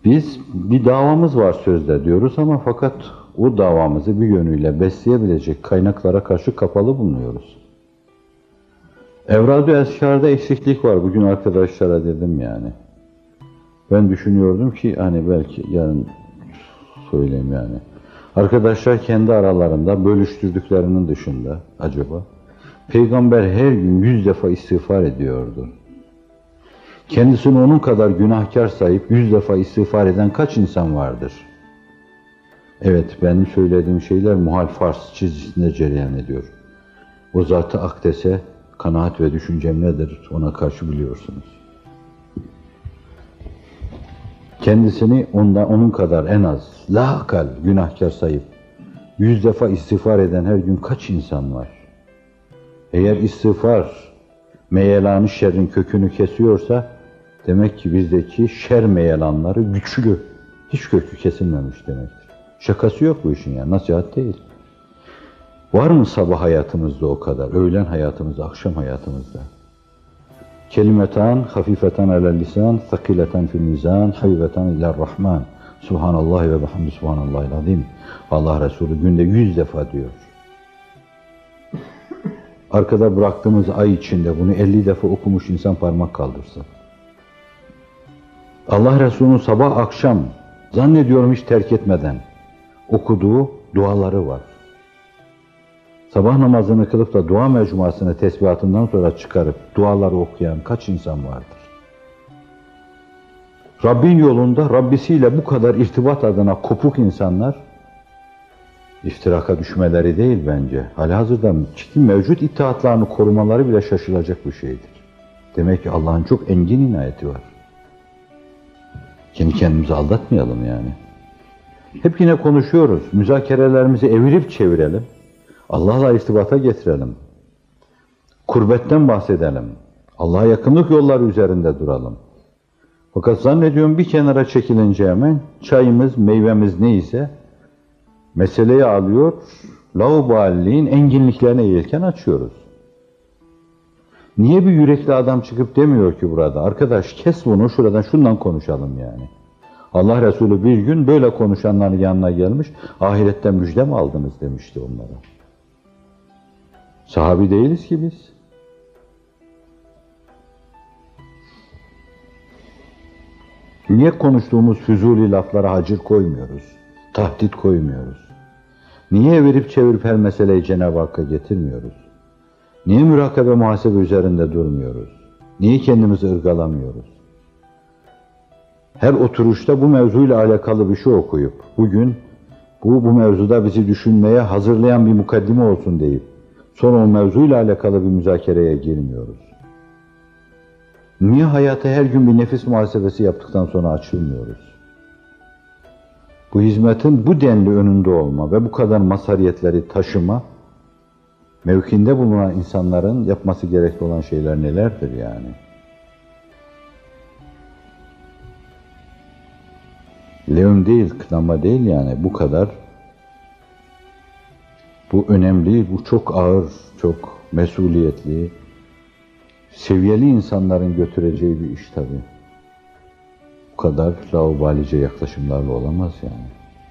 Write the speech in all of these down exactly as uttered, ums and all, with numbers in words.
Biz bir davamız var sözde diyoruz ama fakat o davamızı bir yönüyle besleyebilecek kaynaklara karşı kapalı bulunuyoruz. Evrad-ı Eskâr'da eksiklik var. Bugün arkadaşlara dedim yani. Ben düşünüyordum ki hani belki yarın söyleyeyim yani. Arkadaşlar kendi aralarında bölüştürdüklerinin dışında acaba Peygamber her gün yüz defa istiğfar ediyordu. Kendisini onun kadar günahkar sayıp yüz defa istiğfar eden kaç insan vardır? Evet, benim söylediğim şeyler muhal farz çizgisinde cereyan ediyor. O Zat-ı Akdes'e kanaat ve düşüncem nedir ona karşı biliyorsunuz. Kendisini ondan, onun kadar en az lahakal günahkar sayıp yüz defa istiğfar eden her gün kaç insan var? Eğer istiğfar meyelanı şerrin kökünü kesiyorsa demek ki bizdeki şer meyelanları güçlü. Hiç kökü kesilmemiş demektir. Şakası yok bu işin ya, nasihat değil. Var mı sabah hayatımızda o kadar, öğlen hayatımızda, akşam hayatımızda? Kelimeten hafifeten alel lisan, thakileten fil mizan, habibeten iler rahman. Subhanallah ve bihamdi subhanallahil azim. Allah Resulü günde yüz defa diyor. Arkada bıraktığımız ay içinde bunu elli defa okumuş insan parmak kaldırsın. Allah Resulü'nün sabah akşam zannediyorum hiç terk etmeden okuduğu duaları var. Sabah namazını kılıp da dua mecmuasını tesbihatından sonra çıkarıp duaları okuyan kaç insan vardır? Rabbin yolunda Rabbisiyle bu kadar irtibat adına kopuk insanlar iftiraka düşmeleri değil bence. Halihazırda ciddi mevcut itaatlarını korumaları bile şaşılacak bir şeydir. Demek ki Allah'ın çok engin inayeti var. Kendi kendimizi aldatmayalım yani. Hep yine konuşuyoruz. Müzakerelerimizi evirip çevirelim. Allah'la irtibata getirelim. Kurbetten bahsedelim. Allah'a yakınlık yolları üzerinde duralım. Fakat zannediyorum bir kenara çekilince hemen çayımız, meyvemiz neyse meseleyi alıyor, lauballiğin enginliklerine yelken açıyoruz. Niye bir yürekli adam çıkıp demiyor ki burada, arkadaş kes bunu, şuradan şundan konuşalım yani. Allah Resulü bir gün böyle konuşanların yanına gelmiş, ahiretten müjde mi aldınız demişti onlara. Sahabi değiliz ki biz. Niye konuştuğumuz füzuli laflara hacir koymuyoruz, tahdit koymuyoruz? Niye verip çevirip her meseleyi Cenab-ı Hakk'a getirmiyoruz? Niye mürakabe muhasebe üzerinde durmuyoruz? Niye kendimizi ırgalamıyoruz? Her oturuşta bu mevzuyla alakalı bir şey okuyup, bugün bu, bu mevzuda bizi düşünmeye hazırlayan bir mukaddime olsun deyip, sonra o mevzuyla alakalı bir müzakereye girmiyoruz? Niye hayata her gün bir nefis muhasebesi yaptıktan sonra açılmıyoruz? Bu hizmetin bu denli önünde olma ve bu kadar mazhariyetleri taşıma, mevkinde bulunan insanların yapması gerekli olan şeyler nelerdir yani? Levm değil, kınama değil yani, bu kadar. Bu önemli, bu çok ağır, çok mesuliyetli, seviyeli insanların götüreceği bir iş tabii. Bu kadar laubalice yaklaşımlarla olamaz yani.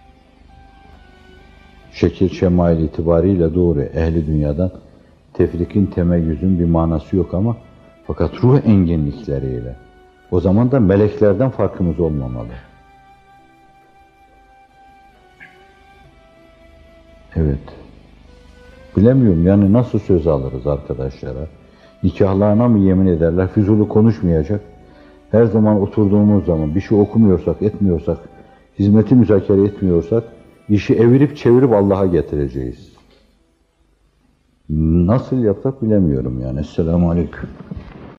Şekil şemail itibariyle doğru, ehli dünyadan tefrikin temeyyüzün bir manası yok ama fakat ruh enginlikleriyle o zaman da meleklerden farkımız olmamalı. Evet. Bilemiyorum yani nasıl söz alırız arkadaşlara? Nikahlarına mı yemin ederler? Füzuli konuşmayacak. Her zaman oturduğumuz zaman bir şey okumuyorsak, etmiyorsak, hizmeti müzakere etmiyorsak, işi evirip çevirip Allah'a getireceğiz. Nasıl yapsak bilemiyorum yani. Esselamu Aleyküm.